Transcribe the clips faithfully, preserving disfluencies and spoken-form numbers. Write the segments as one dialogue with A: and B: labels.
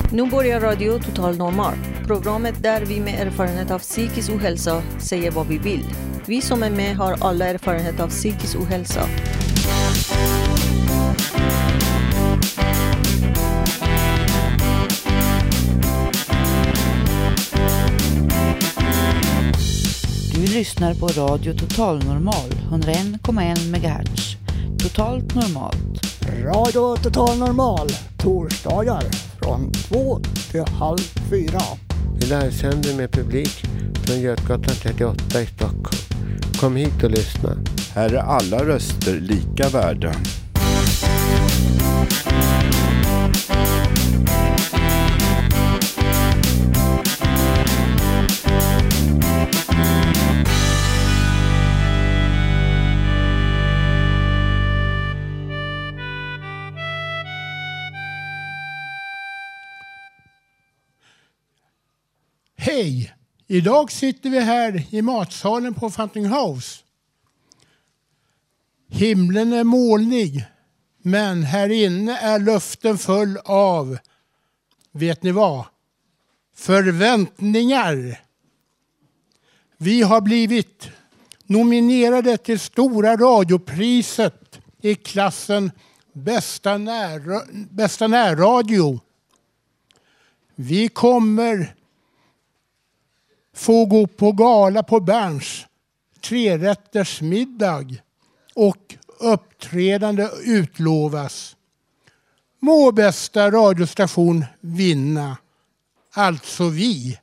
A: Nu börjar Radio Total Normal. Programmet där vi med erfarenhet av psykisk ohälsa säger vad vi vill. Vi som är med har alla erfarenhet av psykisk ohälsa.
B: Du lyssnar på Radio Total Normal, hundraen komma en megahertz. Totalt normalt.
C: Radio Total Normal, torsdagar från två till halv fyra.
D: Vi livesänder med publik från Götgatan trettioåtta i Stockholm. Kom hit och lyssna.
E: Här är alla röster lika värda.
F: Hej! Idag sitter vi här i matsalen på Fountain House. Himlen är molnig, men här inne är luften full av, vet ni vad? Förväntningar. Vi har blivit nominerade till Stora radiopriset i klassen bästa, när, bästa närradio. Vi kommer få gå på gala på Berns trerättersmiddag och uppträdande utlovas. Må bästa radiostation vinna, alltså vi.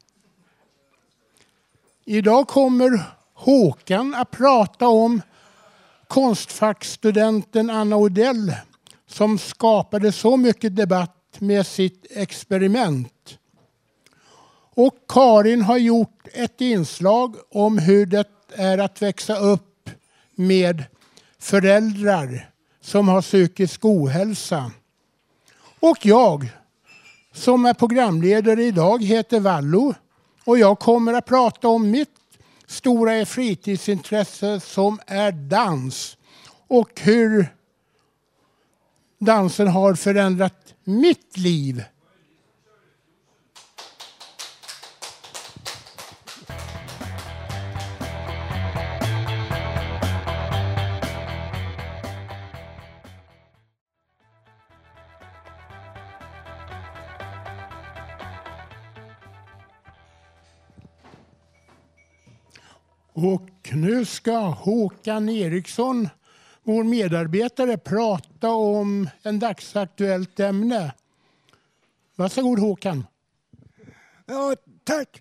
F: Idag kommer Håkan att prata om konstfackstudenten Anna Odell som skapade så mycket debatt med sitt experiment. Och Karin har gjort ett inslag om hur det är att växa upp med föräldrar som har psykisk ohälsa. Och jag, som är programledare idag, heter Vallo. Och jag kommer att prata om mitt stora fritidsintresse som är dans. Och hur dansen har förändrat mitt liv. Och nu ska Håkan Eriksson, vår medarbetare, prata om en dagsaktuellt ämne. Varsågod Håkan.
C: Ja, tack.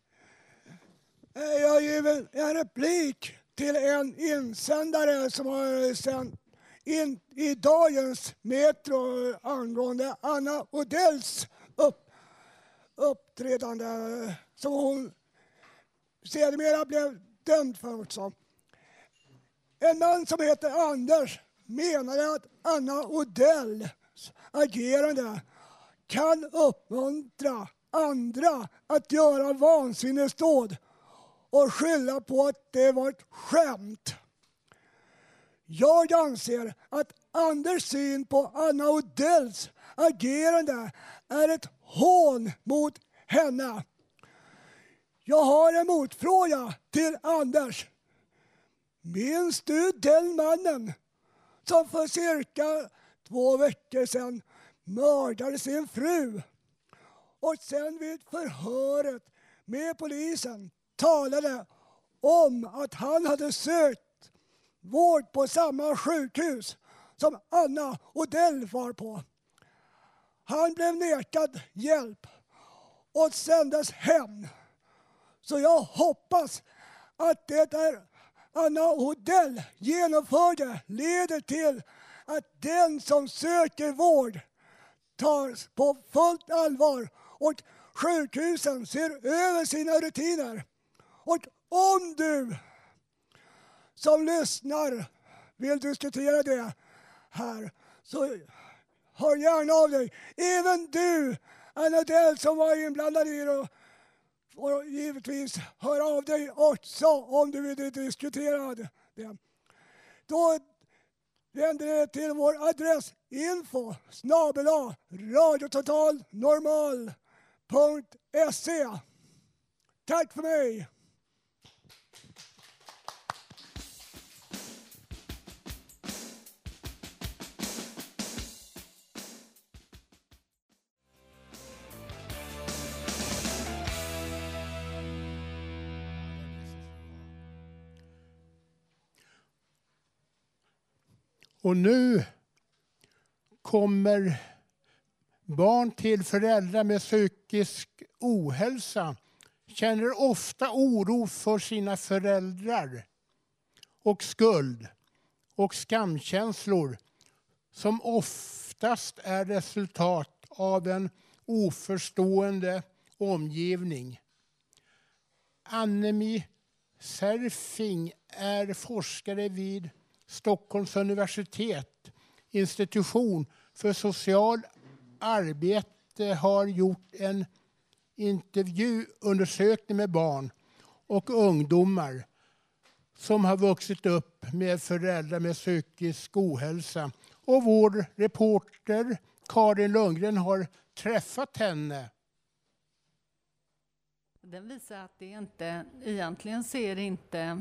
C: Jag ger en replik till en insändare som har sänt in i dagens Metro angående Anna Odells upp, uppträdande som hon sedermera blev dömd för också. En man som heter Anders menade att Anna Odells agerande kan uppmuntra andra att göra vansinnesdåd och skylla på att det var ett skämt. Jag anser att Anders syn på Anna Odells agerande är ett hån mot henne. Jag har en motfråga till Anders. Minns du den mannen som för cirka två veckor sedan mördade sin fru och sen vid förhöret med polisen talade om att han hade sökt vård på samma sjukhus som Anna Odell var på? Han blev nekad hjälp och sändes hem. Så jag hoppas att det är Anna Odell genomförde leder till att den som söker vård tas på fullt allvar och sjukhusen ser över sina rutiner. Och om du som lyssnar vill diskutera det här så hör gärna av dig. Även du, Anna Odell, som var inblandad i det. Och givetvis hör av dig också om du vill diskutera det. Då vänder er till vår adress info snabel-a radiototalnormal punkt se. Tack för mig!
F: Och nu kommer barn till föräldrar med psykisk ohälsa känner ofta oro för sina föräldrar och skuld och skamkänslor som oftast är resultat av en oförstående omgivning. Annemie Serfing är forskare vid Stockholms universitet, institution för social arbete, har gjort en intervjuundersökning med barn och ungdomar som har vuxit upp med föräldrar med psykisk ohälsa. Och vår reporter Karin Lundgren har träffat henne.
G: Den visar att det inte, egentligen ser inte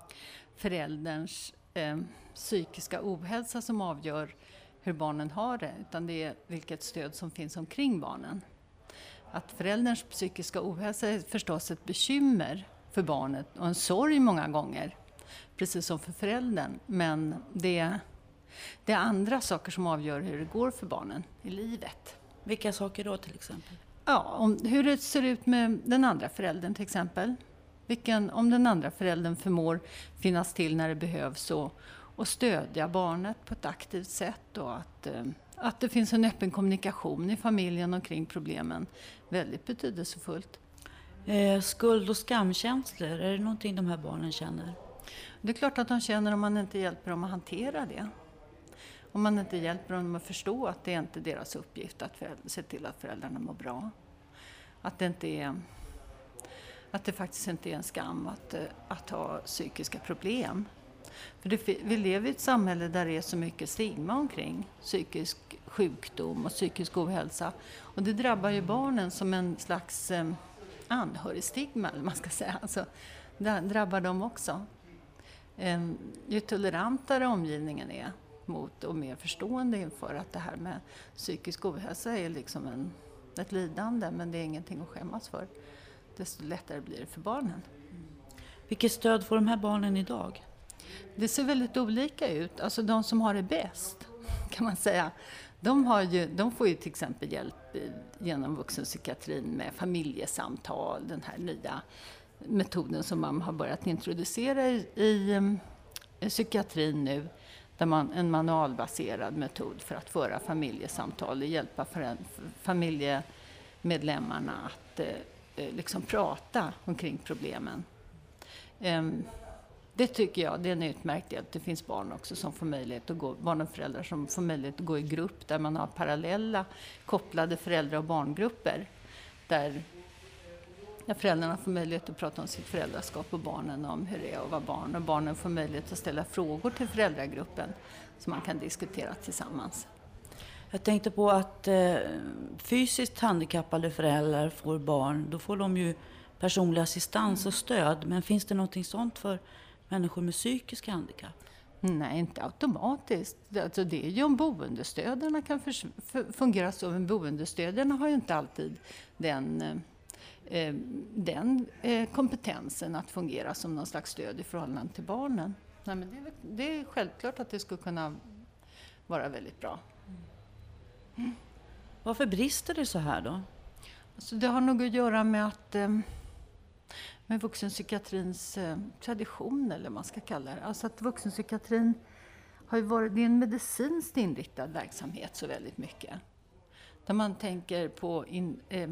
G: förälderns eh, psykiska ohälsa som avgör hur barnen har det, utan det är vilket stöd som finns omkring barnen. Att förälderns psykiska ohälsa är förstås ett bekymmer för barnet och en sorg många gånger, precis som för föräldern. Men det, det är andra saker som avgör hur det går för barnen i livet.
B: Vilka saker då till exempel?
G: Ja, om, hur det ser ut med den andra föräldern till exempel. Vilken, om den andra föräldern förmår finnas till när det behövs och, och stödja barnet på ett aktivt sätt. Och att, att det finns en öppen kommunikation i familjen omkring problemen. Väldigt betydelsefullt.
B: Eh, skuld- och skamkänslor, är det någonting de här barnen känner?
G: Det är klart att de känner om man inte hjälper dem att hantera det. Om man inte hjälper dem att förstå att det är inte deras uppgift att föräldrar, se till att föräldrarna mår bra. Att det, inte är, att det faktiskt inte är en skam att, att ha psykiska problem. För det, vi lever i ett samhälle där det är så mycket stigma omkring psykisk sjukdom och psykisk ohälsa. Och det drabbar ju barnen som en slags eh, anhörigstigma, eller man ska säga. Alltså, det drabbar dem också. Eh, ju tolerantare omgivningen är mot och mer förstående inför att det här med psykisk ohälsa är liksom en, ett lidande, men det är ingenting att skämmas för, desto lättare blir det för barnen.
B: Mm. Vilket stöd får de här barnen idag?
G: Det ser väldigt olika ut. Alltså de som har det bäst, kan man säga, de, har ju, de får ju till exempel hjälp genom vuxenpsykiatrin med familjesamtal, den här nya metoden som man har börjat introducera i, i, i psykiatrin nu, där man, en manualbaserad metod för att föra familjesamtal och hjälpa för, för familjemedlemmarna att eh, liksom prata omkring problemen. Um, det tycker jag, det är en utmärkt hjälp. Det finns barn också som får möjlighet att gå, barn och föräldrar som får möjlighet att gå i grupp där man har parallella kopplade föräldrar- och barngrupper där, där föräldrarna får möjlighet att prata om sitt föräldraskap och barnen om hur det är att vara barn, och barnen får möjlighet att ställa frågor till föräldragruppen som man kan diskutera tillsammans.
B: Jag tänkte på att eh, fysiskt handikappade föräldrar får barn, då får de ju personlig assistans och stöd. Men finns det någonting sånt för människor med psykisk handikapp?
G: Nej, inte automatiskt. Alltså det är ju om boendestödarna kan för, för, fungera så. Men boendestödarna har ju inte alltid den, eh, den eh, kompetensen att fungera som någon slags stöd i förhållande till barnen. Nej, men det, är, det är självklart att det skulle kunna vara väldigt bra.
B: Mm. Varför brister det så här då?
G: Alltså det har nog att göra med att eh, med vuxenpsykiatrins eh, tradition, eller vad man ska kalla det. Alltså att vuxenpsykiatrin har ju varit, det är en medicinskt inriktad verksamhet så väldigt mycket. Där man tänker på in, eh,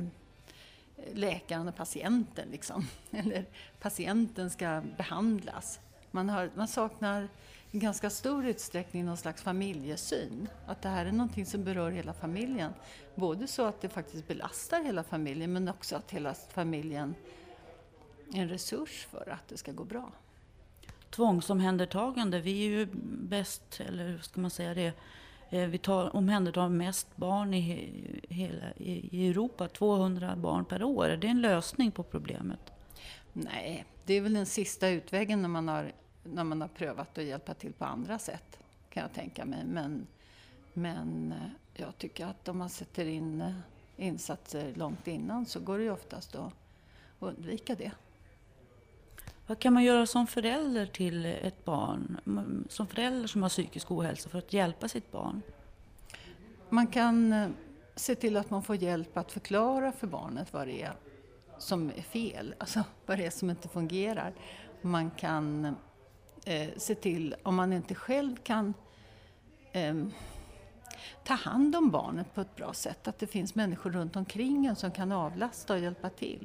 G: läkaren och patienten liksom. Eller patienten ska behandlas. Man, har, man saknar i ganska stor utsträckning någon slags familjesyn. Att det här är någonting som berör hela familjen. Både så att det faktiskt belastar hela familjen, men också att hela familjen är en resurs för att det ska gå bra.
B: tvångsomhändertagande. Vi är ju bäst, eller hur ska man säga det, vi tar omhändertar mest barn i, hela, i Europa, tvåhundra barn per år. Är det en lösning på problemet?
G: Nej, det är väl den sista utvägen när man har, när man har prövat att hjälpa till på andra sätt, kan jag tänka mig. Men, men jag tycker att om man sätter in insatser långt innan så går det ju oftast att undvika det.
B: Vad kan man göra som förälder till ett barn, som förälder som har psykisk ohälsa, för att hjälpa sitt barn?
G: Man kan se till att man får hjälp att förklara för barnet vad det är som är fel, alltså vad det är som inte fungerar. Man kan eh, se till, om man inte själv kan eh, ta hand om barnet på ett bra sätt, att det finns människor runt omkring en som kan avlasta och hjälpa till.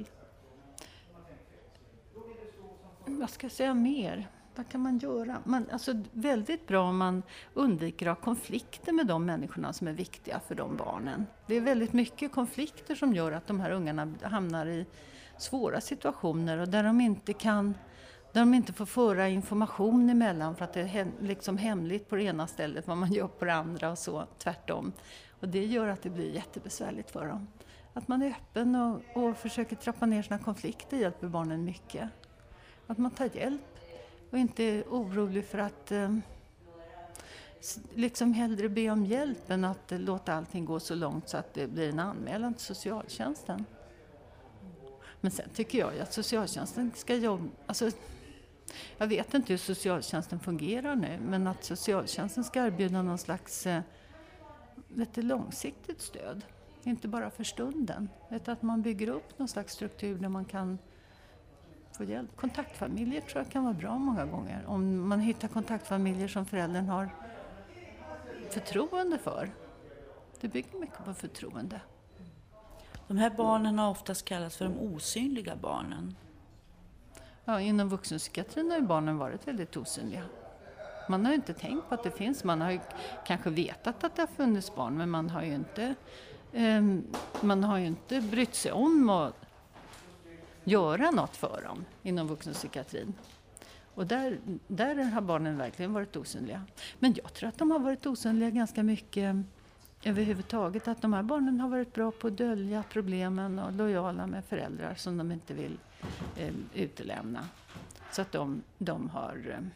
G: Vad ska jag säga mer? Vad kan man göra? Man, alltså, väldigt bra om man undviker att ha konflikter med de människorna som är viktiga för de barnen. Det är väldigt mycket konflikter som gör att de här ungarna hamnar i svåra situationer och där de inte kan, där de inte får föra information emellan för att det är hem, liksom hemligt på det ena stället vad man gör på det andra och så tvärtom. Och det gör att det blir jättebesvärligt för dem. Att man är öppen och, och försöker trappa ner sina konflikter hjälper barnen mycket. Att man tar hjälp och inte är orolig för att eh, liksom hellre be om hjälp än att eh, låta allting gå så långt så att det blir en anmälan till socialtjänsten. Men sen tycker jag att socialtjänsten ska jobba, alltså jag vet inte hur socialtjänsten fungerar nu, men att socialtjänsten ska erbjuda någon slags eh, lite långsiktigt stöd. Inte bara för stunden, utan att man bygger upp någon slags struktur där man kan få hjälp. Kontaktfamiljer tror jag kan vara bra många gånger. Om man hittar kontaktfamiljer som föräldern har förtroende för. Det bygger mycket på förtroende.
B: De här barnen har oftast kallats för de osynliga barnen.
G: Ja, inom vuxenpsykiatrin har ju barnen varit väldigt osynliga. Man har ju inte tänkt på att det finns. Man har ju kanske vetat att det har funnits barn, men man har ju inte, eh, man har ju inte brytt sig om att göra något för dem inom vuxenpsykiatrin. Och där, där har barnen verkligen varit osynliga. Men jag tror att de har varit osynliga ganska mycket överhuvudtaget. Att de här barnen har varit bra på att dölja problemen och lojala med föräldrar som de inte vill eh, utelämna. Så att de, de har eh,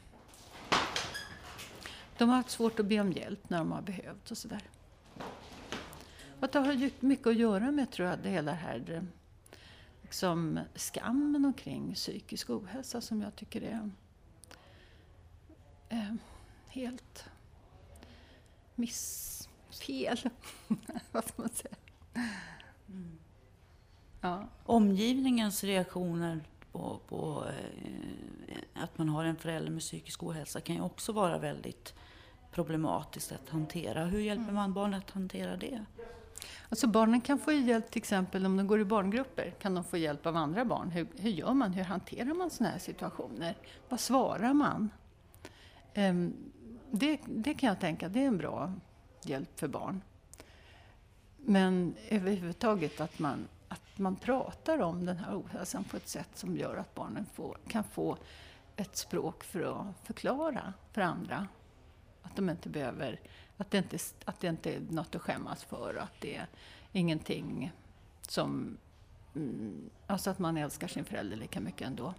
G: de har haft svårt att be om hjälp när de har behövt och sådär. Och det har ju mycket att göra med, tror jag, det hela här liksom skammen omkring psykisk ohälsa som jag tycker är eh, helt missfel. Vad ska man säga?
B: Mm.
G: Ja.
B: Omgivningens reaktioner på, på eh, att man har en förälder med psykisk ohälsa kan ju också vara väldigt problematiskt att hantera. Hur hjälper mm. man barn att hantera det?
G: Alltså barnen kan få hjälp, till exempel om de går i barngrupper kan de få hjälp av andra barn. Hur, hur gör man? Hur hanterar man såna här situationer? Vad svarar man? Um, det, det kan jag tänka, det är en bra hjälp för barn. Men överhuvudtaget att man, att man pratar om den här ohälsan på ett sätt som gör att barnen får, kan få ett språk för att förklara för andra. Att de inte behöver, att det inte, att det inte är något att skämmas för. Att det är ingenting som, alltså att man älskar sin förälder lika mycket ändå.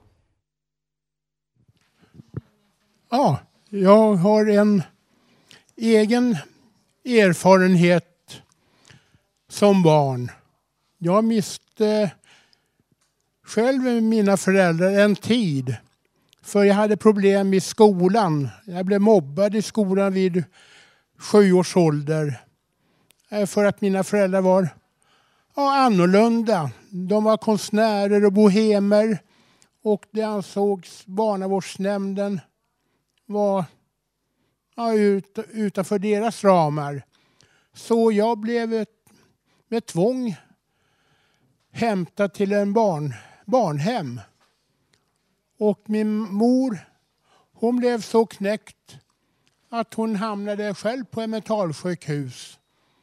F: Ja, jag har en egen erfarenhet som barn. Jag miste själv mina föräldrar en tid. För jag hade problem i skolan. Jag blev mobbad i skolan vid sju års ålder. För att mina föräldrar var ja, annorlunda. De var konstnärer och bohemer. Och det ansågs barnavårdsnämnden var ja, ut, utanför deras ramar. Så jag blev ett, med tvång hämtad till en barn, barnhem. Och min mor, hon blev så knäckt att hon hamnade själv på en mentalsjukhus.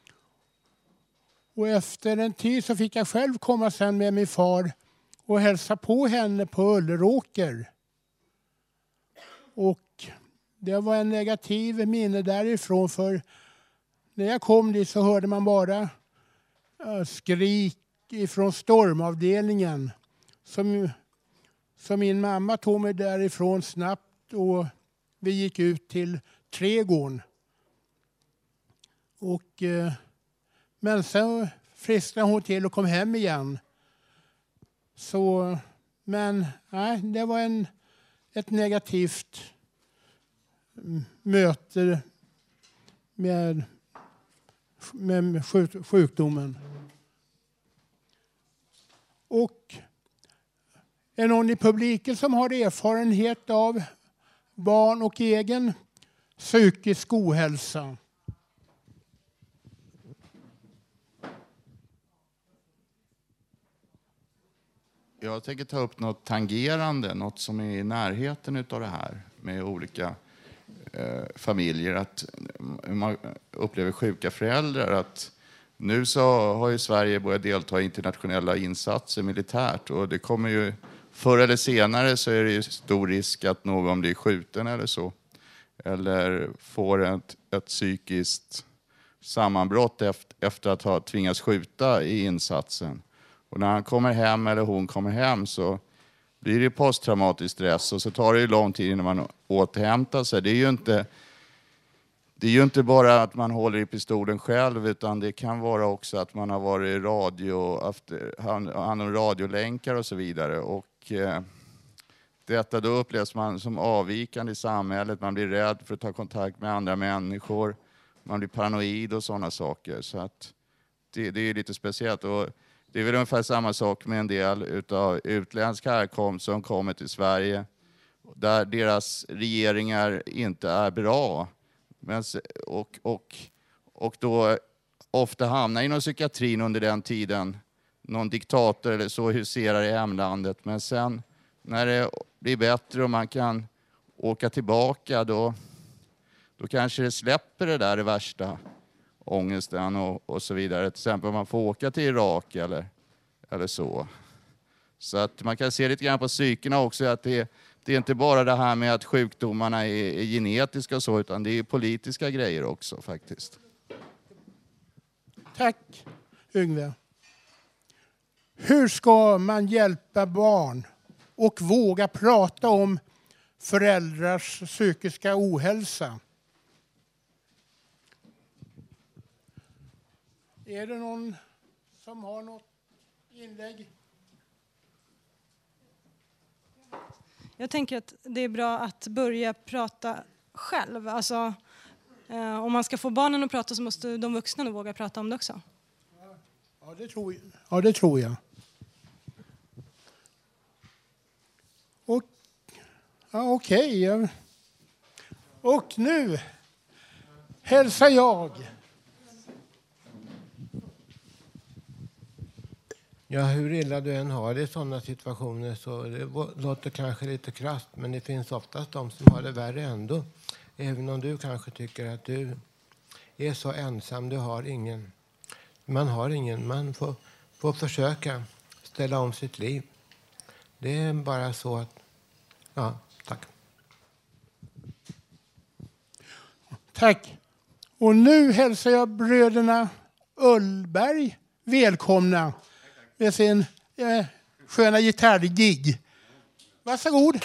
F: Och efter en tid så fick jag själv komma sen med min far och hälsa på henne på Ulleråker. Och det var en negativ minne därifrån, för när jag kom dit så hörde man bara skrik ifrån stormavdelningen. Som, som min mamma tog mig därifrån snabbt och vi gick ut till trädgården. Och, eh, men sen frisknade hon till och kom hem igen. Så, men nej, det var en, ett negativt möte med, med sjukdomen. Och är någon i publiken som har erfarenhet av barn och egen psykisk ohälsa?
H: Jag tänker ta upp något tangerande, något som är i närheten av det här med olika eh, familjer. Att man upplever sjuka föräldrar. Att nu så har ju Sverige börjat delta i internationella insatser militärt. Och det kommer ju, förr eller senare så är det ju stor risk att någon blir skjuten eller så. Eller får ett, ett psykiskt sammanbrott efter, efter att ha tvingats skjuta i insatsen. Och när han kommer hem eller hon kommer hem så blir det posttraumatisk stress. Och så tar det ju lång tid innan man återhämtar sig. Det är ju inte, det är ju inte bara att man håller i pistolen själv, utan det kan vara också att man har varit i radio, haft hand om radiolänkar och så vidare. Och eh, detta då upplevs man som avvikande i samhället. Man blir rädd för att ta kontakt med andra människor. Man blir paranoid och sådana saker. Så att det, det är lite speciellt. Och det är väl ungefär samma sak med en del utav utländsk härkomst som kommer till Sverige. Där deras regeringar inte är bra. Men, och, och, och då ofta hamnar inom psykiatrin under den tiden. Någon diktator eller så huserar i hemlandet. Men sen när det blir bättre och man kan åka tillbaka, då, då kanske det släpper det där det värsta. Ångesten och, och så vidare. Till exempel om man får åka till Irak eller, eller så. Så att man kan se lite grann på psykerna också, att det, det är inte bara det här med att sjukdomarna är, är genetiska och så, utan det är politiska grejer också faktiskt.
F: Tack Yngve. Hur ska man hjälpa barn och våga prata om föräldrars psykiska ohälsa? Är det någon som har något inlägg?
I: Jag tänker att det är bra att börja prata själv. Alltså, eh, om man ska få barnen att prata så måste de vuxna nog våga prata om det också.
F: Ja, det tror jag. Ja, det tror jag. Och, ja, okej. Okay. Och nu hälsar jag.
D: Ja, hur illa du än har det i sådana situationer så det låter kanske lite krasst, men det finns oftast de som har det värre ändå. Även om du kanske tycker att du är så ensam, du har ingen. Man har ingen, man får, får försöka ställa om sitt liv. Det är bara så att, ja, tack.
F: Tack. Och nu hälsar jag bröderna Ullberg välkomna med sin eh, sköna gitarrgig. Varsågod.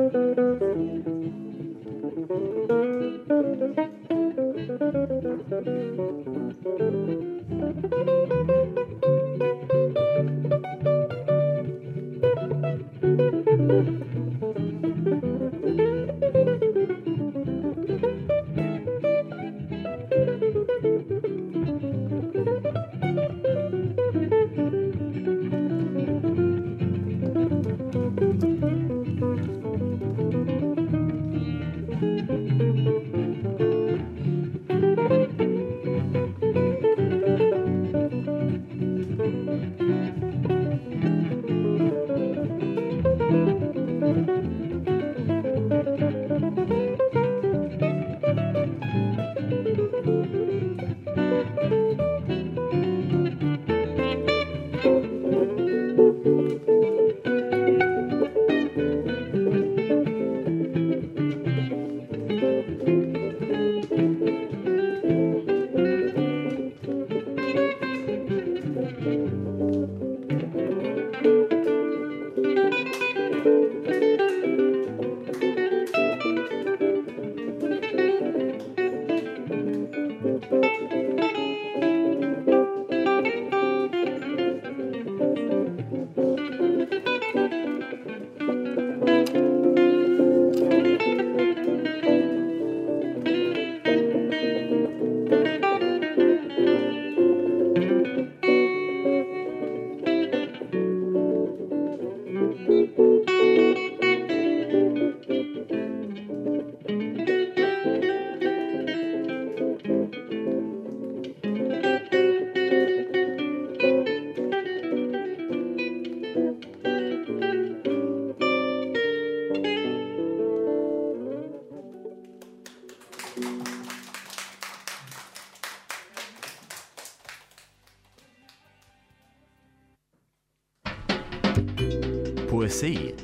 J: Poesi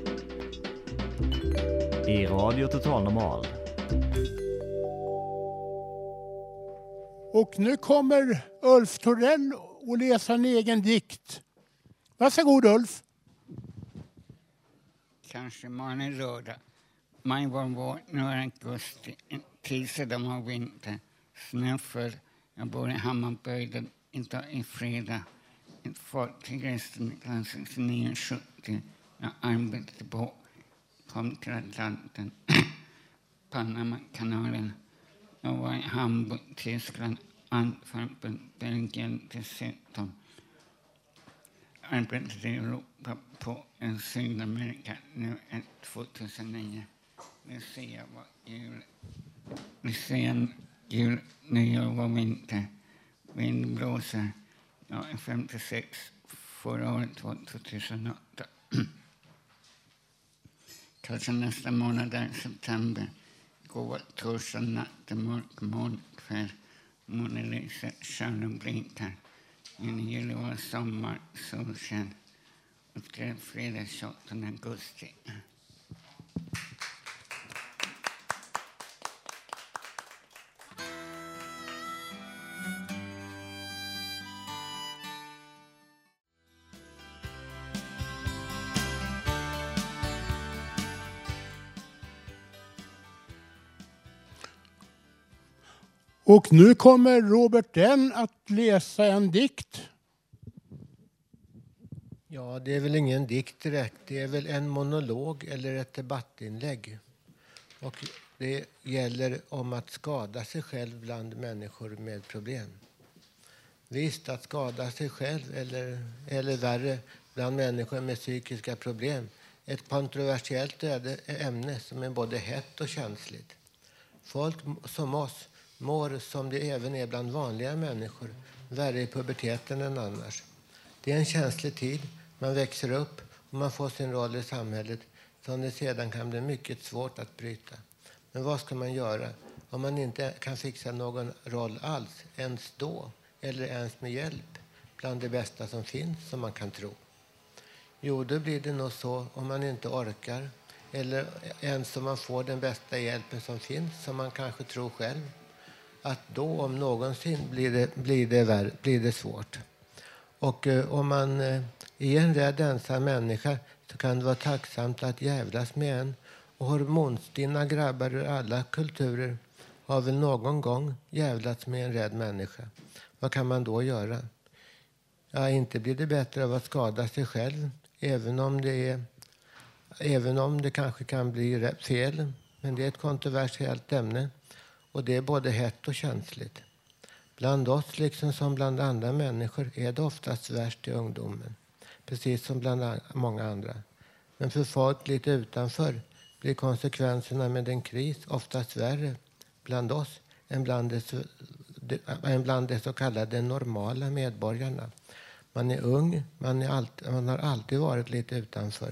J: i Radio Total Normal.
F: Och nu kommer Ulf Torell och läsa en egen dikt. Varsågod Ulf.
K: Kanske man är lördag. Maj var vår, nu är augusti. En tid sedan har vinter. Snöföll. Jag bor i Hammarbyhöjden idag i fredag. Ett fartyg resten klass nio sjuttio. Jag arbetade på. Kom till Atlanten. Panamakanalen. Jag var i Hamburg, Tyskland, Antwerpen, Belgien dessutom. Arbetade i Europa på en Sydamerika nu är tjugohundranio. Lucia var jul. Lucia jul, nyår var vinter. Vind blåser. Jag är femtiosex. Förra året var tjugohundraåtta. Kanske nästa månad är september. Går torsdag natt, mörk morgonkväll. Månen lyser, kärlen blinkar. En jul var sommar, solsken. Och det är fredag tjugoåttonde augusti.
F: Och nu kommer Robert N att läsa en dikt.
D: Ja, det är väl ingen dikt direkt. Det är väl en monolog eller ett debattinlägg. Och det gäller om att skada sig själv bland människor med problem. Visst, att skada sig själv eller, eller värre bland människor med psykiska problem. Ett kontroversiellt ämne som är både hett och känsligt. Folk som oss mår som det även är bland vanliga människor, värre i puberteten än annars. Det är en känslig tid, man växer upp och man får sin roll i samhället som det sedan kan bli mycket svårt att bryta. Men vad ska man göra om man inte kan fixa någon roll alls, ens då, eller ens med hjälp bland det bästa som finns som man kan tro? Jo, då blir det nog så om man inte orkar, eller ens om man får den bästa hjälpen som finns som man kanske tror själv, att då om någonsin blir det, blir det, vär, blir det svårt. Och eh, om man eh, är en rädd ensam människa så kan det vara tacksamt att jävlas med en Och hormonstinna grabbar ur alla kulturer har väl någon gång jävlats med en rädd människa. Vad kan man då göra? Ja, inte blir det bättre av att skada sig själv. Även om det, är, även om det kanske kan bli fel. Men det är ett kontroversiellt ämne. Och det är både hett och känsligt. Bland oss, liksom som bland andra människor, är det oftast värst i ungdomen. Precis som bland många andra. Men för folk lite utanför blir konsekvenserna med en kris oftast värre bland oss än bland de, än bland de så kallade normala medborgarna. Man är ung, man, är alltid, man har alltid varit lite utanför.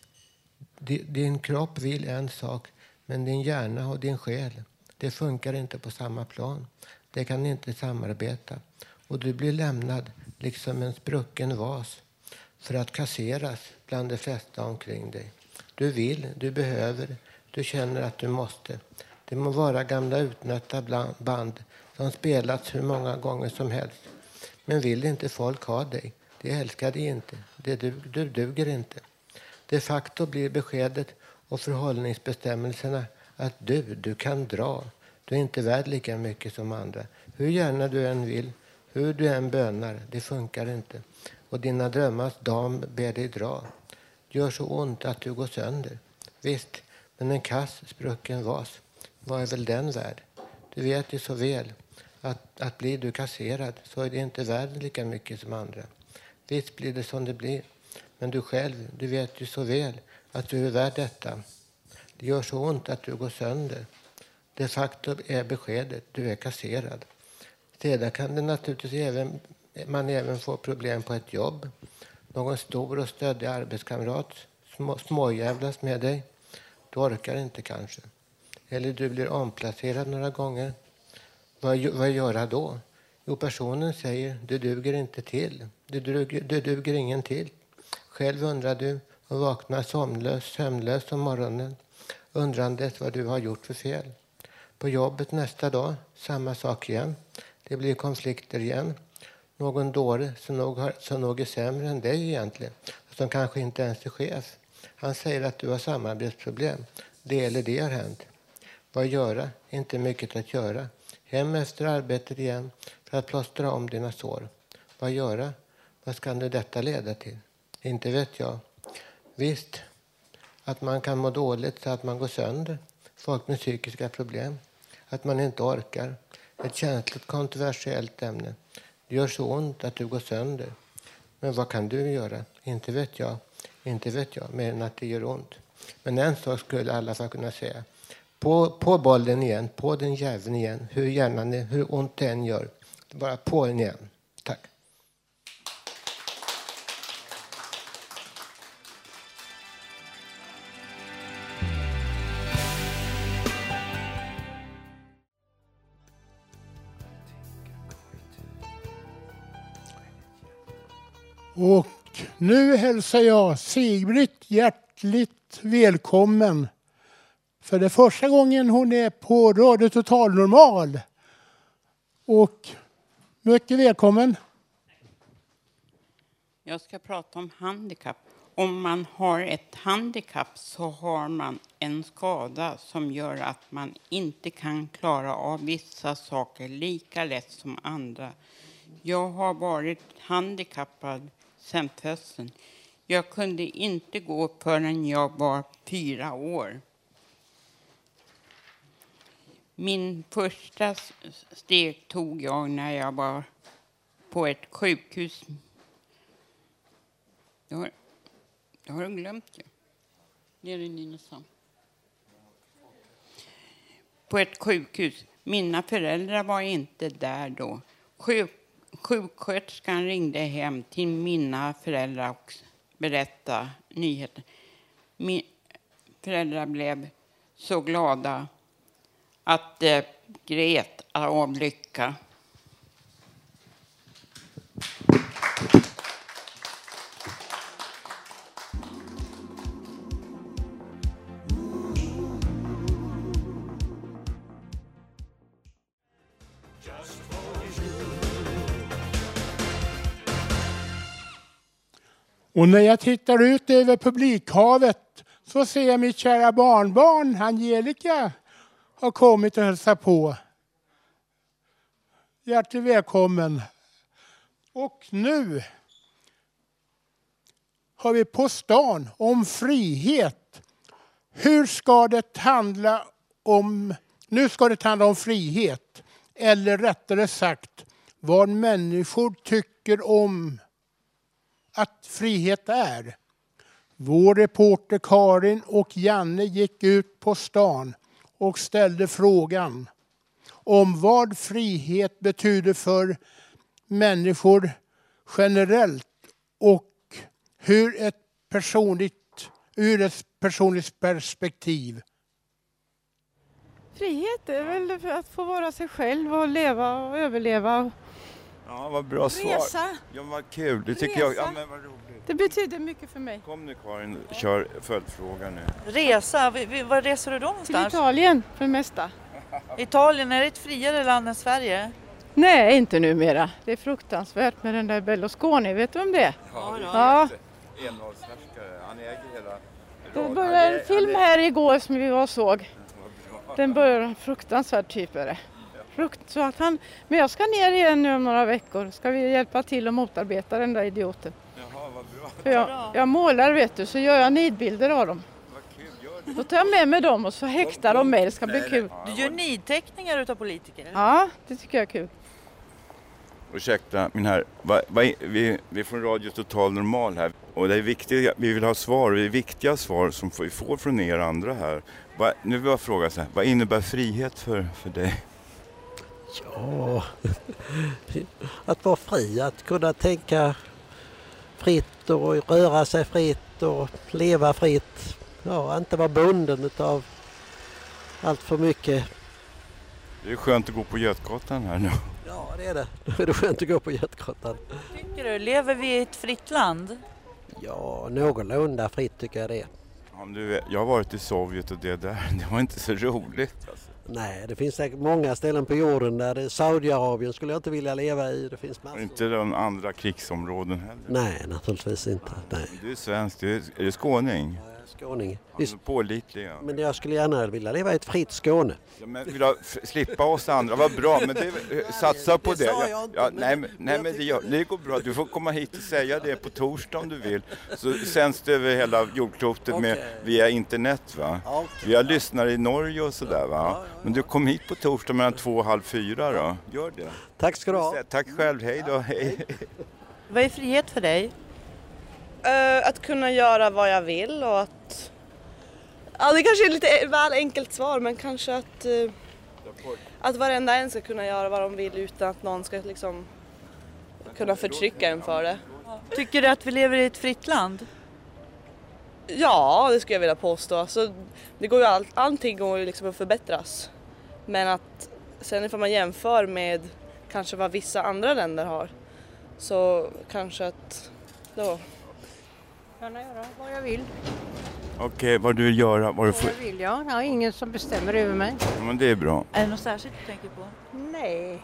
D: Din kropp vill en sak, men din hjärna och din själ, det funkar inte på samma plan. Det kan inte samarbeta. Och du blir lämnad liksom en sprucken vas för att kasseras bland de flesta omkring dig. Du vill, du behöver, du känner att du måste. Det må vara gamla utnötta band som spelats hur många gånger som helst. Men vill inte folk ha dig? Det älskar dig inte. Det du, du duger inte. De facto blir beskedet och förhållningsbestämmelserna att du, du kan dra. Du är inte värd lika mycket som andra. Hur gärna du än vill, hur du än bönar, det funkar inte. Och dina drömmars dam ber dig dra. Gör så ont att du går sönder. Visst, men en kass sprucken vas. Vad är väl den värd? Du vet ju så väl att, att blir du kasserad så är det inte värd lika mycket som andra. Visst blir det som det blir. Men du själv, du vet ju så väl att du är värd detta. Det gör så ont att du går sönder. De facto är beskedet, du är kasserad. Sedan kan det naturligtvis även, man även få problem på ett jobb. Någon stor och stöddig arbetskamrat små, småjävlas med dig. Du orkar inte kanske. Eller du blir omplacerad några gånger. Vad, vad göra då? Jo, personen säger, du duger inte till. Du duger, du duger ingen till. Själv undrar du och vaknar sömnlös, sömnlös om morgonen. Undrandes vad du har gjort för fel. På jobbet nästa dag, samma sak igen. Det blir konflikter igen. Någon dåre som nog, har, som nog är sämre än dig egentligen. Som kanske inte ens är chef. Han säger att du har samarbetsproblem. Det eller det har hänt. Vad göra? Inte mycket att göra. Hem efter arbetet igen för att plåstra om dina sår. Vad göra? Vad ska nu detta leda till? Inte vet jag. Visst, att man kan må dåligt så att man går sönder. Folk med psykiska problem. Att man inte orkar. Ett känsligt kontroversiellt ämne. Det gör så ont att du går sönder. Men vad kan du göra? Inte vet jag. Inte vet jag, mer än att det gör ont. Men en sak skulle alla fall kunna säga. På, på bollen igen, på den jäveln igen. Hur gärna ni, hur ont det än gör. Bara på den igen. Tack.
F: Och nu hälsar jag Sigbritt hjärtligt välkommen. För det första gången hon är på Radio Total Normal. Och mycket välkommen.
L: Jag ska prata om handikapp. Om man har ett handikapp så har man en skada som gör att man inte kan klara av vissa saker lika lätt som andra. Jag har varit handikappad sedan födseln. Jag kunde inte gå förrän jag var fyra år. Min första steg tog jag när jag var på ett sjukhus. Jag har, jag har glömt det. Det är det Nynäshamn. På ett sjukhus. Mina föräldrar var inte där då. Sjuk, sjuksköterskan ringde hem till mina föräldrar och berättade nyheter. Min föräldrar blev så glada att de grät av lycka.
F: Och när jag tittar ut över publikhavet så ser jag mitt kära barnbarn Angelica har kommit och hälsat på. Hjärtligt välkommen. Och nu har vi På stan om frihet. Hur ska det handla om... Nu ska det handla om frihet. Eller rättare sagt vad människor tycker om att frihet är. Vår reporter Karin och Janne gick ut på stan och ställde frågan om vad frihet betyder för människor generellt och hur ett personligt, ur ett personligt perspektiv.
M: Frihet är väl för att få vara sig själv och leva och överleva.
N: Ja, vad bra svar.
M: Resa.
N: Ja, vad kul. Det tycker jag. Ja, men vad roligt.
M: Det betyder mycket för mig.
N: Kom nu Karin, kör följdfrågan nu.
O: Resa? Var reser du då någonstans?
M: Till Italien för det mesta.
O: Italien, är det ett friare land än Sverige?
M: Nej, inte numera. Det är fruktansvärt med den där Berlusconi. Vet du om det?
N: Ja,
M: ja.
N: Envåldshärskare. Han äger hela...
M: Det började en film här igår som vi var och såg. Den börjar fruktansvärd typ är det. Frukt, så att han, men jag ska ner igen nu om några veckor. Ska vi hjälpa till att motarbeta den där idioten.
N: Jaha, vad bra.
M: För jag, jag målar vet du, så gör jag nidbilder av dem.
N: Vad kul, gör det.
M: Då tar jag med mig dem och så häktar de mig. Det ska bli kul.
O: Du gör nidteckningar utav politiker?
M: Ja, det tycker jag är kul.
N: Ursäkta, min herr. Va, va, vi, vi är från Radio Total Normal här. Och det är viktigt, vi vill ha svar. Det är viktiga svar som vi får från er andra här. Va, nu vill jag fråga så här. Vad innebär frihet för, för dig?
P: Ja, att vara fri, att kunna tänka fritt och röra sig fritt och leva fritt. Ja, inte vara bunden av allt för mycket.
N: Det är skönt att gå på Götgatan här nu.
P: Ja, det är det. Det är skönt att gå på Götgatan.
O: Tycker du, lever vi i ett fritt land?
P: Ja, någorlunda fritt tycker jag det är.
N: Om du, jag har varit i Sovjet och det där, det var inte så roligt. Alltså.
P: Nej, det finns säkert många ställen på jorden där det, Saudiarabien skulle jag inte vilja leva i. Det finns massor.
N: Inte de andra krigsområden heller.
P: Nej, naturligtvis inte. Nej.
N: Du är svensk, du är, är du skåning?
P: Ja, jag är skåning.
N: Alltså, pålitliga.
P: Men jag skulle gärna vilja leva i ett fritt Skåne.
N: Ja, men vill du slippa oss andra? Vad bra, men det, satsa på det.
P: Det sa jag inte,
N: ja,
P: men-
N: nej, men, nej, men det, gör- det går bra. Du får komma hit och säga det på torsdag om du vill. Så sänds det över hela jordklotet med, via internet, va? Vi har lyssnare i Norge och sådär, va? Men du kom hit på torsdag mellan två och halv fyra då. Gör det.
P: Tack ska du ha.
N: Tack själv, hej då. Hej.
O: Vad är frihet för dig?
Q: Uh, att kunna göra vad jag vill och att... Ja, det kanske är lite väl enkelt svar, men kanske att, uh, att varenda en ska kunna göra vad de vill utan att någon ska liksom kunna förtrycka en för det.
O: Tycker du att vi lever i ett fritt land?
Q: Ja, det skulle jag vilja påstå. Alltså, det går ju all, allting går ju liksom att förbättras. Men att sen ifall man jämför med kanske vad vissa andra länder har, så kanske att då...
R: Kan jag göra vad jag vill.
N: Okej, vad du vill göra? Vad du får...
R: Vad jag vill jag. Jag har ingen som bestämmer över mig.
N: Ja, men det är bra.
O: Är det något särskilt du tänker på?
R: Nej.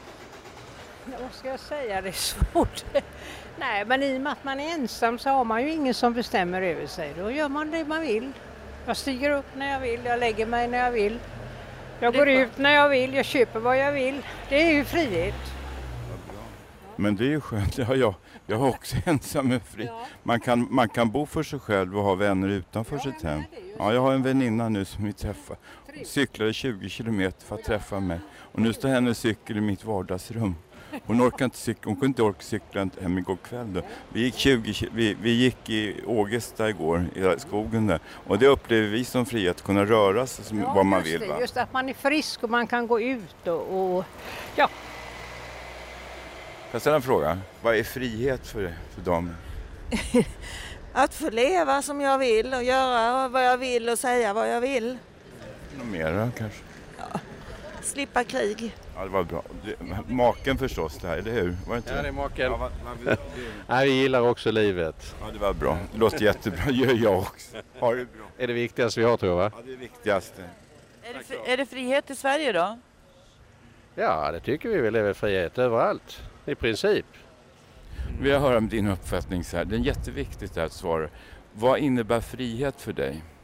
R: Vad ska jag säga? Det är svårt. Nej, men i och med att man är ensam så har man ju ingen som bestämmer över sig. Då gör man det man vill. Jag stiger upp när jag vill, jag lägger mig när jag vill. Jag går ut när jag vill, jag köper vad jag vill. Det är ju frihet.
N: Men det är ju skönt. Ja, jag, jag är också ensam och fri. Man kan, man kan bo för sig själv och ha vänner utanför sitt hem. Ja, jag har en väninna nu som vi träffar. Hon cyklade tjugo kilometer för att träffa mig. Och nu står hennes cykel i mitt vardagsrum. Hon orkar inte cykla, hon kunde inte orka cykla hem igår kväll då. Vi gick, tjugo, vi, vi gick i Ågesta igår, i skogen där. Och det upplever vi som frihet, att kunna röra sig som,
R: Ja,
N: vad man
R: just
N: vill.
R: det,
N: Va?
R: just att man är frisk och man kan gå ut och, och ja.
N: Jag ställer en fråga. Vad är frihet för, för damen?
S: Att få leva som jag vill och göra vad jag vill och säga vad jag vill.
N: Något mera kanske?
S: Slippa krig.
N: Ja, det var bra. Det, maken förstås det här, eller hur? Var det inte
T: Ja, det är maken.
N: Ja, vad, vad,
T: Nej, vi gillar också livet.
N: Ja, det var bra. Det låter jättebra. Gör jag också. Ha det bra.
T: Är det viktigaste vi har, tror jag, va?
N: Ja, det är det viktigaste.
O: Är det, fri- är det frihet i Sverige då?
T: Ja, det tycker vi. Vi lever frihet överallt. I princip.
N: Vi har hört om din uppfattning så här. Det är jätteviktigt att svara. Vad innebär frihet för dig?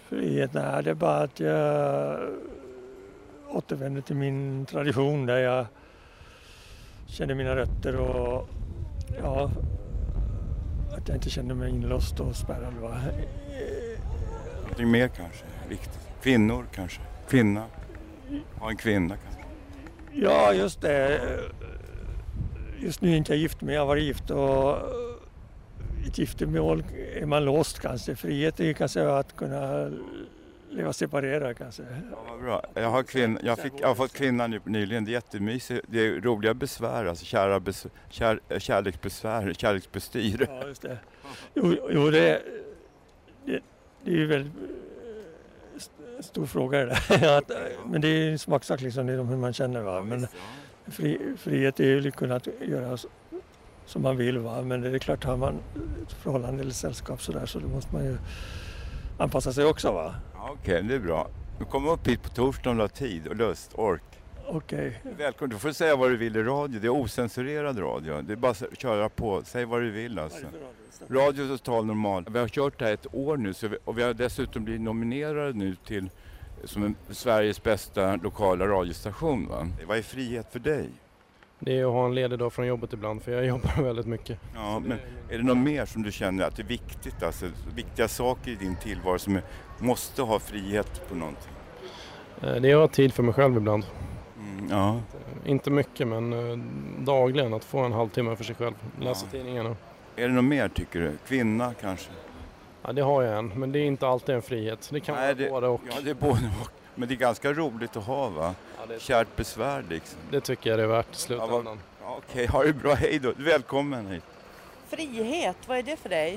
U: Frihet, nej, det är bara att jag återvänder till min tradition där jag känner mina rötter och ja, att jag inte känner mig inlåst och spärrad. Va?
N: Någonting mer kanske, viktigt. Kvinnor kanske, kvinna, ha en kvinna kanske.
U: Ja, just det. Just nu är inte jag gift, men jag har varit gift och ett giftermål är man låst kanske. Frihet är ju kanske att kunna leva separerad kanske.
N: Ja, vad bra. Jag har, kvinn, jag, fick, jag har fått kvinna nu, nyligen, det är jättemysigt. Det är roliga besvär, alltså kära bes, kär, kärleksbesvär, kärleksbestyr.
U: Ja, just det. Jo, jo det, det, det är ju väldigt stor fråga det där. Att, men det är en smaksak liksom, det är hur man känner. Va? Men fri, frihet är ju att kunna göra som man vill. Va? Men det är klart, har man ett förhållande eller sällskap så där, så då måste man ju anpassa sig också. Va?
N: Okej, okay, det är bra. Du kommer upp hit på torsdag om du har tid och lust, ork.
U: Okej.
N: Okay. Välkommen, du får säga vad du vill i radio. Det är osensurerad radio. Det är bara att köra på, säg vad du vill alltså. Radio Total Normal. Vi har kört det här ett år nu så vi, och vi har dessutom blivit nominerade nu till som en, Sveriges bästa lokala radiostation. Va? Vad är frihet för dig?
V: Det är att ha en ledig dag från jobbet ibland, för jag jobbar väldigt mycket.
N: Ja, men är det något mer som du känner att det är viktigt, alltså viktiga saker i din tillvaro som är, måste ha frihet på någonting?
V: Det är att ha tid för mig själv ibland.
N: Mm, ja.
V: Inte mycket, men dagligen att få en halvtimme för sig själv, läsa
N: ja.
V: tidningarna.
N: Är det något mer tycker du? Kvinna kanske?
V: Ja, det har jag en, men det är inte alltid en frihet. Det kan
N: Nej,
V: vara
N: det,
V: både och.
N: Ja, det är både och. Men det är ganska roligt att ha, va? Ja, det är kärt besvär liksom.
V: Det tycker jag det är värt i slutändan.
N: Ja, ja, okej, okay. Ha det bra. Hej då. Välkommen hit.
O: Frihet, vad är det för dig?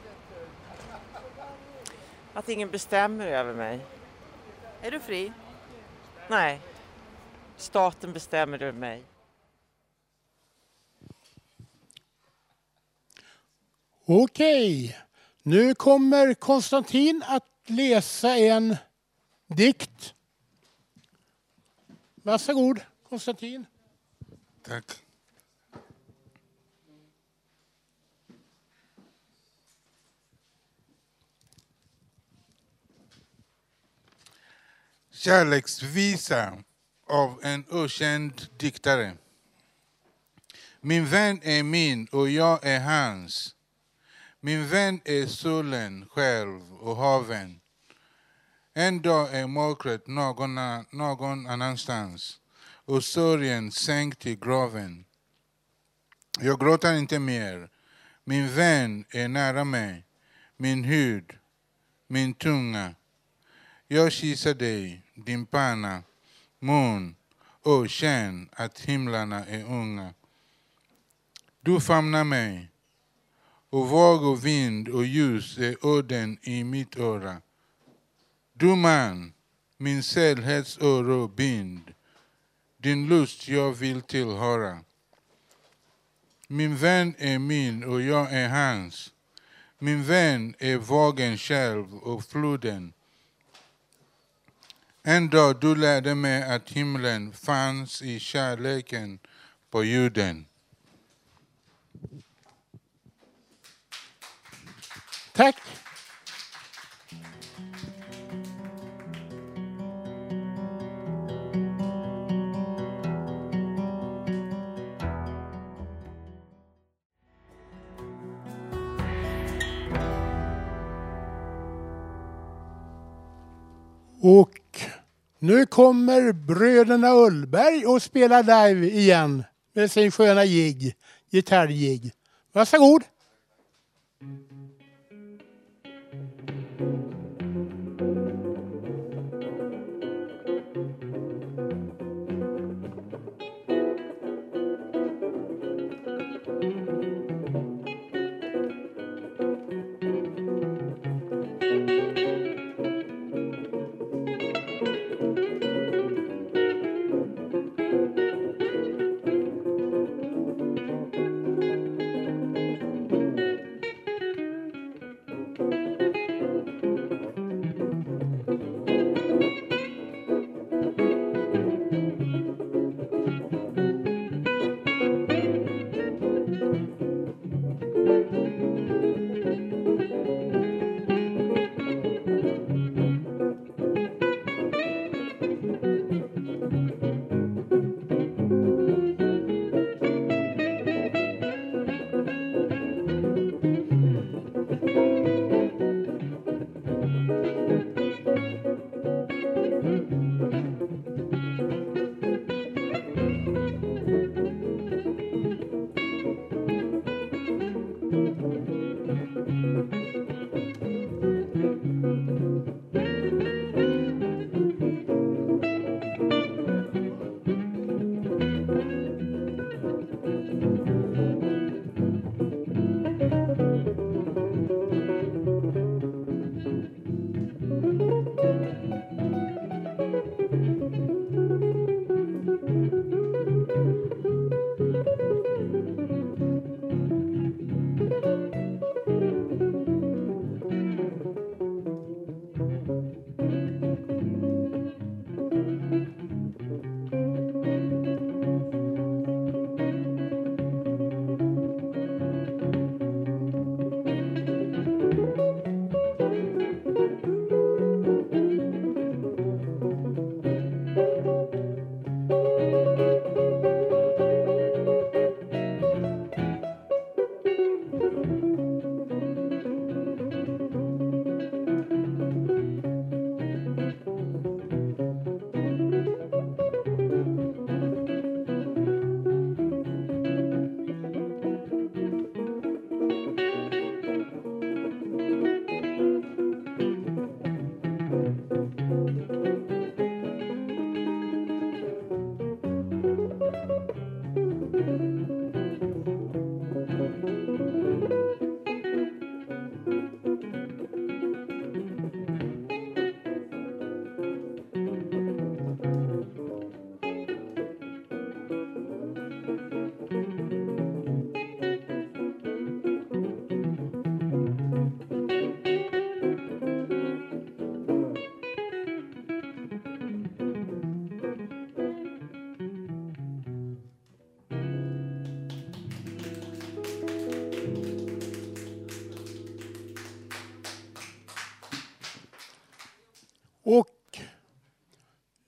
W: Att ingen bestämmer över mig.
O: Är du fri?
W: Nej. Staten bestämmer över mig.
F: Okej. Nu kommer Konstantin att läsa en dikt. Varsågod, Konstantin.
X: Tack. Kärleksvisa av en okänd diktare. Min vän är min och jag är hans. Min vän är solen själv och haven. En dag är mörkret någon, någon annanstans och sorgen sänkt i graven. Jag gråter inte mer. Min vän är nära mig. Min hud, min tunga. Jag kysser dig, din panna, mun och känn att himlarna är unga. Du famnar mig och våg och vind och ljus är odden i mitt öra. Du man, min sällhets öra bind, din lust jag vill tillhöra. Min vän är min och jag är hans. Min vän är vågen själv och floden. En dag du lärde mig att himlen fanns i kärleken på jorden.
F: Tack. Och nu kommer bröderna Ullberg och spelar live igen med sin sköna jigg, gitarrjigg. Varsågod.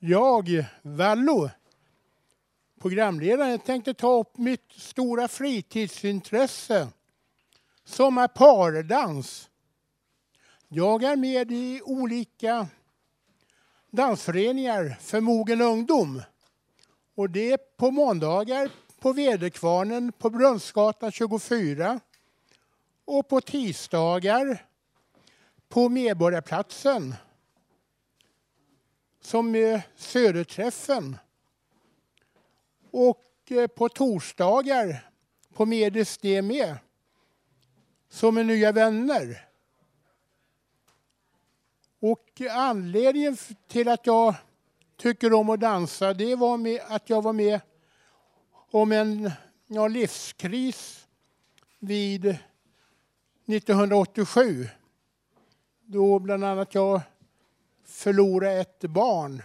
F: Jag, Vallo, programledaren, tänkte ta upp mitt stora fritidsintresse som är pardans. Jag är med i olika dansföreningar för mogen ungdom. Och det är på måndagar på Väderkvarnen på Brunnsgatan tjugofyra. Och på tisdagar på Medborgarplatsen som är Söderträffen. Och på torsdagar på Medis D M E som är Nya Vänner. Och anledningen till att jag tycker om att dansa, det var med att jag var med om en ja, livskris vid nittonhundraåttiosju. Då bland annat jag förlorade ett barn.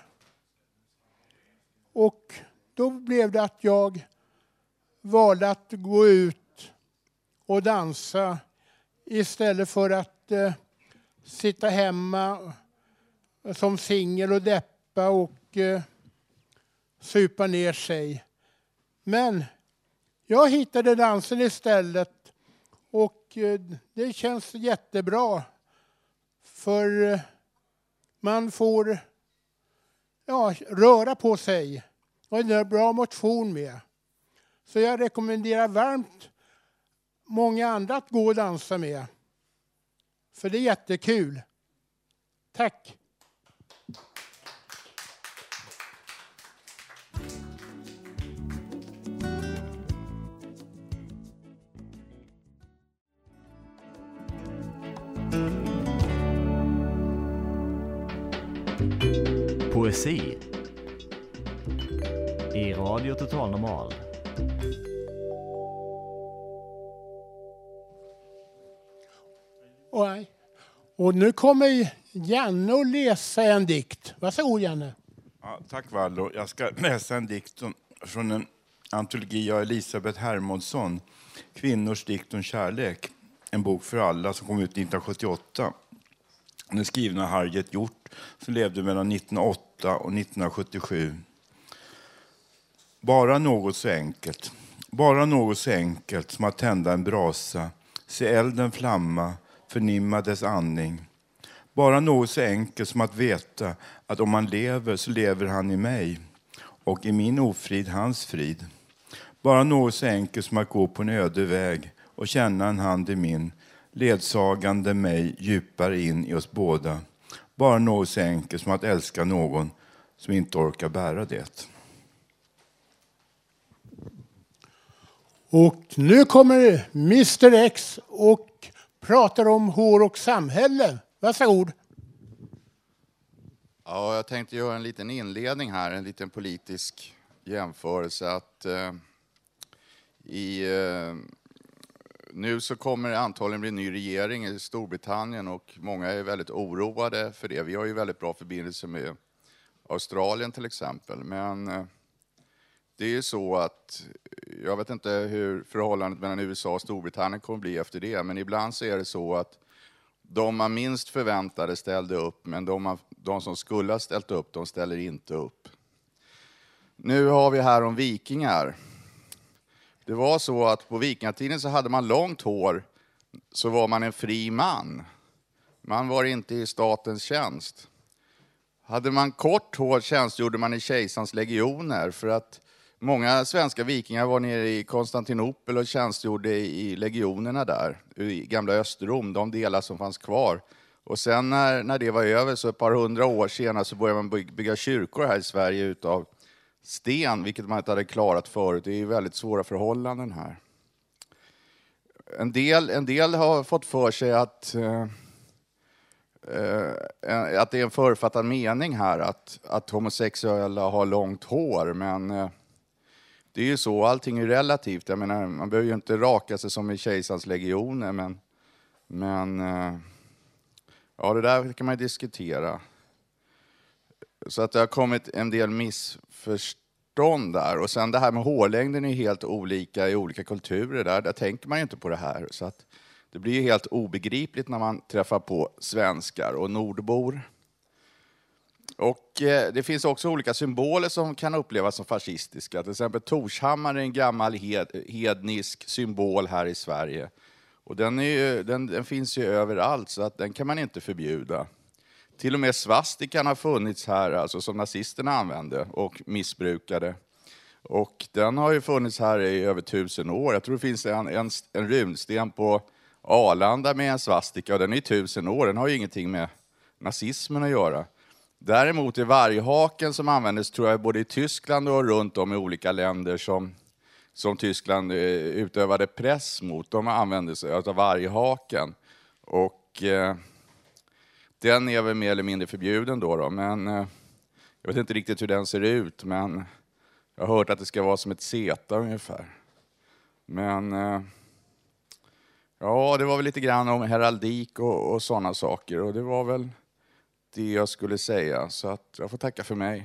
F: Och då blev det att jag valde att gå ut och dansa istället för att eh, sitta hemma som singel och deppa och eh, supa ner sig. Men jag hittade dansen istället och eh, det känns jättebra. För eh, man får ja, röra på sig och det är bra motion med. Så jag rekommenderar varmt många andra att gå och dansa med. För det är jättekul. Tack!
J: Poesi i Radio Total Normal.
F: Och, och nu kommer Janne att läsa en dikt. Varsågod Janne.
N: Ja, tack Vallo. Jag ska läsa en dikt från en antologi av Elisabeth Hermodsson. Kvinnors dikt om kärlek. En bok för alla som kom ut nittonhundrasjuttioåtta. Den är skriven av Harriet Hjort som levde mellan nittonhundraåtta och nittonhundrasjuttiosju. Bara något så enkelt. Bara något så enkelt som att tända en brasa. Se elden flamma, förnimma dess andning. Bara något så enkelt som att veta att om man lever så lever han i mig. Och i min ofrid hans frid. Bara något så enkelt som att gå på en öde väg och känna en hand i min. Ledsagande mig djupare in i oss båda. Bara något så enkelt som att älska någon som inte orkar bära det.
F: Och nu kommer mister X och pratar om hår och samhälle. Varsågod.
H: Ja, jag tänkte göra en liten inledning här, en liten politisk jämförelse. Att eh, i... Eh, Nu så kommer det antagligen bli en ny regering i Storbritannien och många är väldigt oroade för det. Vi har ju väldigt bra förbindelser med Australien till exempel. Men det är ju så att jag vet inte hur förhållandet mellan U S A och Storbritannien kommer bli efter det. Men ibland så är det så att de man minst förväntade ställde upp, men de, man, de som skulle ha ställt upp, de ställer inte upp. Nu har vi här om vikingar. Det var så att på vikingatiden så hade man långt hår, så var man en fri man. Man var inte i statens tjänst. Hade man kort hår tjänstgjorde man i kejsarens legioner, för att många svenska vikingar var nere i Konstantinopel och tjänstgjorde i legionerna där, i gamla Östrom, de delar som fanns kvar. Och sen när, när det var över, så ett par hundra år senare, så började man bygga kyrkor här i Sverige utav sten, vilket man inte hade klarat förut. Det är väldigt svåra förhållanden här. En del, en del har fått för sig att, eh, eh, att det är en författad mening här, att, att homosexuella har långt hår, men eh, det är ju så, allting är relativt. Jag menar, man behöver ju inte raka sig som i kejsarens legioner, men, men eh, ja, det där kan man ju diskutera. Så att det har kommit en del missförstånd där. Och sen det här med hårlängden är helt olika i olika kulturer. Där, där tänker man ju inte på det här. Så att det blir ju helt obegripligt när man träffar på svenskar och nordbor. Och eh, det finns också olika symboler som kan upplevas som fascistiska. Till exempel Torshammar är en gammal hed, hednisk symbol här i Sverige. Och den, är ju, den, den finns ju överallt, så att den kan man inte förbjuda. Till och med svastikan har funnits här, alltså som nazisterna använde och missbrukade. Och den har ju funnits här i över tusen år. Jag tror det finns en, en, en runsten på Arlanda med en svastika, och den är tusen år. Den har ju ingenting med nazismen att göra. Däremot är varghaken som användes, tror jag, både i Tyskland och runt om i olika länder som, som Tyskland eh, utövade press mot. De använde sig av varghaken. Och eh, den är väl mer eller mindre förbjuden då. då. Men eh, jag vet inte riktigt hur den ser ut, men jag har hört att det ska vara som ett seta ungefär. Men eh, ja, det var väl lite grann om heraldik och, och sådana saker. Och det var väl det jag skulle säga. Så att jag får tacka för mig.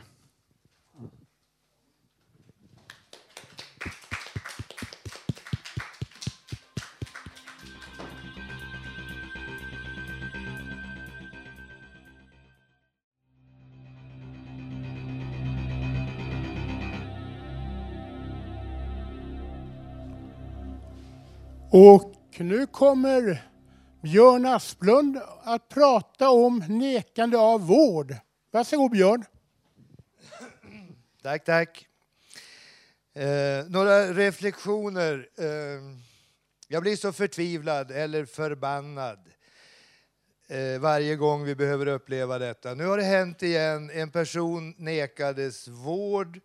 F: Och nu kommer Björn Asplund att prata om nekande av vård. Varsågod Björn.
A: Tack, tack. Eh, några reflektioner. Eh, jag blir så förtvivlad eller förbannad eh, varje gång vi behöver uppleva detta. Nu har det hänt igen. En person nekades vård,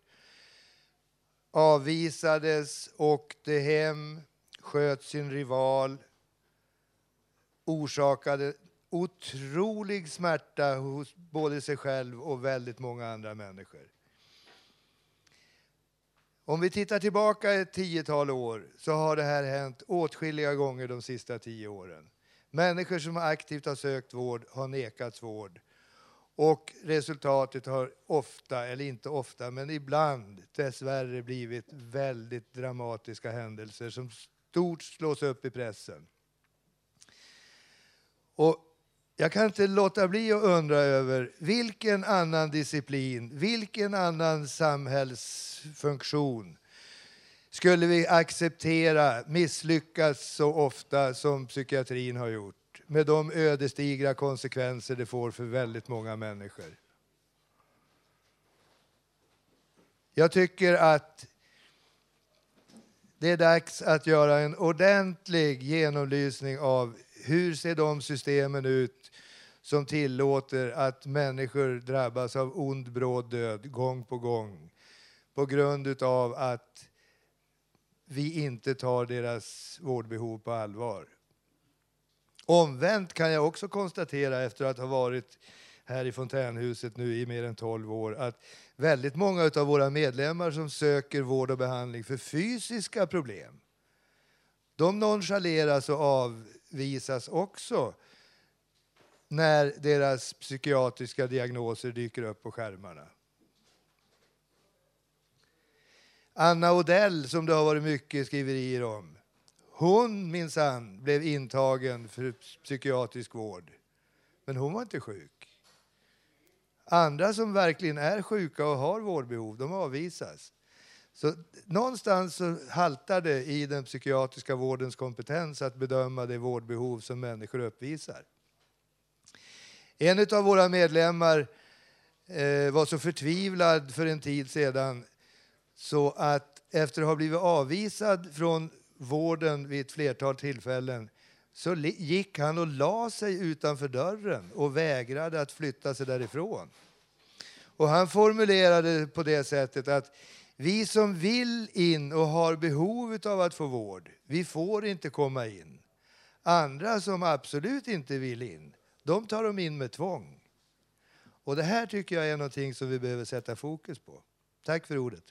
A: avvisades, åkte hem, sköt sin rival, orsakade otrolig smärta hos både sig själv och väldigt många andra människor. Om vi tittar tillbaka ett tiotal år så har det här hänt åtskilliga gånger de sista tio åren. Människor som aktivt har sökt vård har nekats vård. Och resultatet har ofta, eller inte ofta, men ibland dessvärre blivit väldigt dramatiska händelser som stort slås upp i pressen. Och jag kan inte låta bli att undra över vilken annan disciplin, vilken annan samhällsfunktion skulle vi acceptera misslyckas så ofta som psykiatrin har gjort, med de ödesdigra konsekvenser det får för väldigt många människor. Jag tycker att det är dags att göra en ordentlig genomlysning av hur ser de systemen ut som tillåter att människor drabbas av ond bråd död gång på gång på grund av att vi inte tar deras vårdbehov på allvar. Omvänt kan jag också konstatera efter att ha varit här i Fontänhuset nu i mer än tolv år att väldigt många av våra medlemmar som söker vård och behandling för fysiska problem, de nonchaleras och avvisas också när deras psykiatriska diagnoser dyker upp på skärmarna. Anna Odell, som det har varit mycket skriverier om, hon minsann blev intagen för psykiatrisk vård. Men hon var inte sjuk. Andra som verkligen är sjuka och har vårdbehov, de avvisas. Så någonstans så haltar det i den psykiatriska vårdens kompetens att bedöma det vårdbehov som människor uppvisar. En av våra medlemmar eh, var så förtvivlad för en tid sedan så att efter att ha blivit avvisad från vården vid ett flertal tillfällen så gick han och la sig utanför dörren och vägrade att flytta sig därifrån. Och han formulerade på det sättet att vi som vill in och har behov av att få vård, vi får inte komma in. Andra som absolut inte vill in, de tar de in med tvång. Och det här tycker jag är någonting som vi behöver sätta fokus på. Tack för ordet.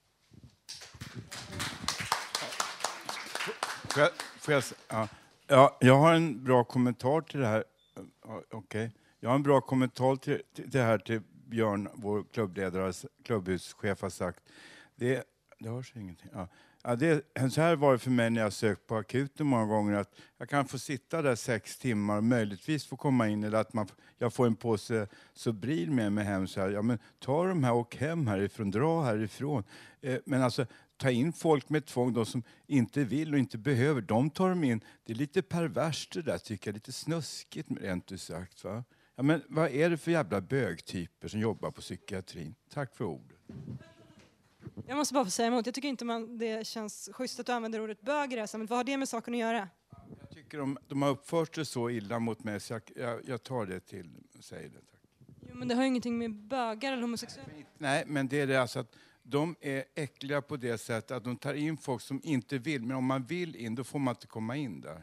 N: Får jag, får jag, ja. Ja, jag har en bra kommentar till det här. Okej. Okay. Jag har en bra kommentar till, till det här till Björn, vår klubbledare, klubbhuschef har sagt. Det, det hörs ingenting. Ja. Ja, det, så här var det för mig när jag sökt på akuten många gånger. Att jag kan få sitta där sex timmar och möjligtvis få komma in. Eller att man, jag får en påse Sobril med mig hem. Så här, ja, men ta de här och åk hem härifrån, dra härifrån. Eh, men alltså ta in folk med tvång, de som inte vill och inte behöver. De tar de in. Det är lite perverst det där tycker jag. Lite snuskigt rent ut sagt, va? Ja, men vad är det för jävla bögtyper som jobbar på psykiatrin? Tack för ordet.
I: Jag måste bara få säga emot. Jag tycker inte man, det känns schysst att du använder ordet bög i det här sammanhanget. Vad har det med saken att göra?
N: Jag tycker de, de har uppfört sig så illa mot mig så jag, jag, jag tar det till säger det. Tack.
I: Jo, men det har ju ingenting med bögar eller homosexuella.
N: Nej, men det är det alltså att de är äckliga på det sättet att de tar in folk som inte vill. Men om man vill in, då får man inte komma in där.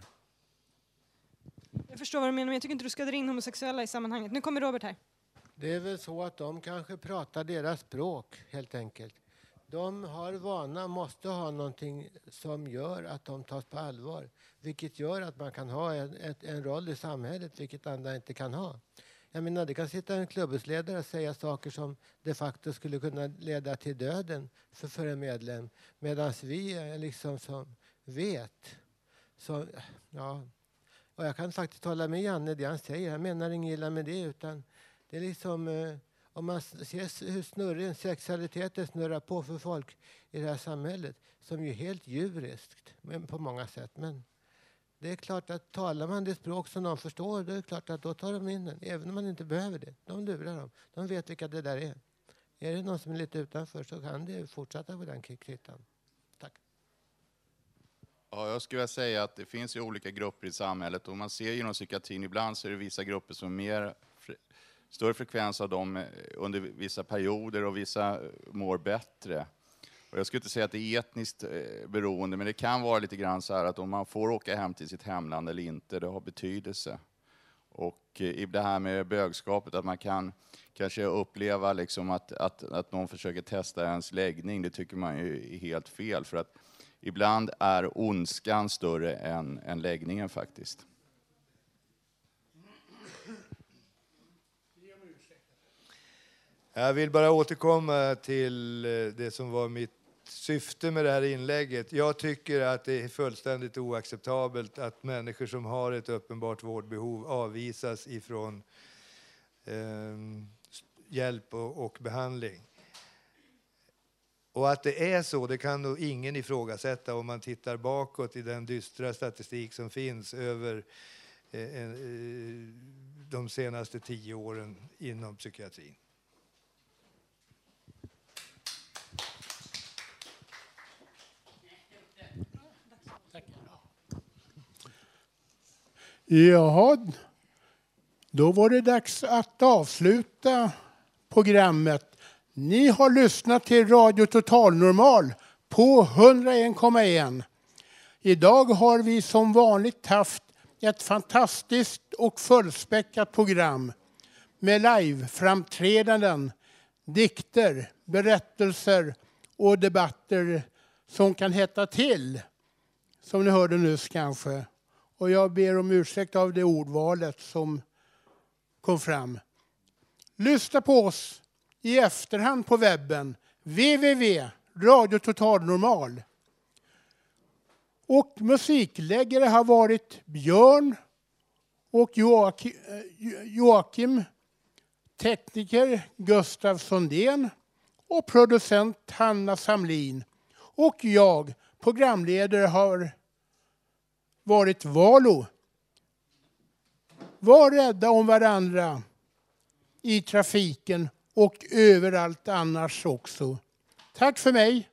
I: Jag förstår vad du menar, men jag tycker inte du ska dra in homosexuella i sammanhanget. Nu kommer Robert här.
D: Det är väl så att de kanske pratar deras språk helt enkelt. De har vana, måste ha någonting som gör att de tas på allvar. Vilket gör att man kan ha en, ett, en roll i samhället, vilket andra inte kan ha. Jag menar, det kan sitta en klubbhusledare och säga saker som de facto skulle kunna leda till döden för, för en medlem. Medan vi är liksom som vet. Så, ja. Och jag kan faktiskt hålla med Janne det han säger. Jag menar inget illa med det, utan det är liksom... Eh, om man ser hur snurrig sexualiteten snurrar på för folk i det här samhället, som ju är helt djuriskt på många sätt. Men det är klart att talar man det språk som de förstår, då är det klart att då tar de in den. Även om man inte behöver det. De lurar dem. De vet vilka det där är. Är det någon som är lite utanför så kan det fortsätta på den kritten. Tack.
H: Ja, jag skulle säga att det finns ju olika grupper i samhället. Och man ser inom psykiatrin ibland så är det vissa grupper som är mer... större frekvens av dem under vissa perioder och vissa mår bättre. Och jag skulle inte säga att det är etniskt beroende, men det kan vara lite grann så här att om man får åka hem till sitt hemland eller inte, det har betydelse. Och i det här med bögskapet, att man kan kanske uppleva liksom att, att, att någon försöker testa ens läggning, det tycker man ju är helt fel. För att ibland är ondskan större än, än läggningen faktiskt.
A: Jag vill bara återkomma till det som var mitt syfte med det här inlägget. Jag tycker att det är fullständigt oacceptabelt att människor som har ett uppenbart vårdbehov avvisas ifrån eh, hjälp och, och behandling. Och att det är så, det kan nog ingen ifrågasätta om man tittar bakåt i den dystra statistik som finns över eh, eh, de senaste tio åren inom psykiatrin.
F: Jaha, då var det dags att avsluta programmet. Ni har lyssnat till Radio Total Normal på hundra en komma ett. Idag har vi som vanligt haft ett fantastiskt och fullspäckat program med live-framträdanden, dikter, berättelser och debatter som kan hetta till, som ni hörde nyss kanske. Och jag ber om ursäkt av det ordvalet som kom fram. Lyssna på oss i efterhand på webben w w w punkt radio total normal. Och musikläggare har varit Björn och Joakim, Joakim tekniker Gustav Sondén och producent Hanna Samlin. Och jag, programledare, har varit Valo. Var rädda om varandra i trafiken och överallt annars också. Tack för mig.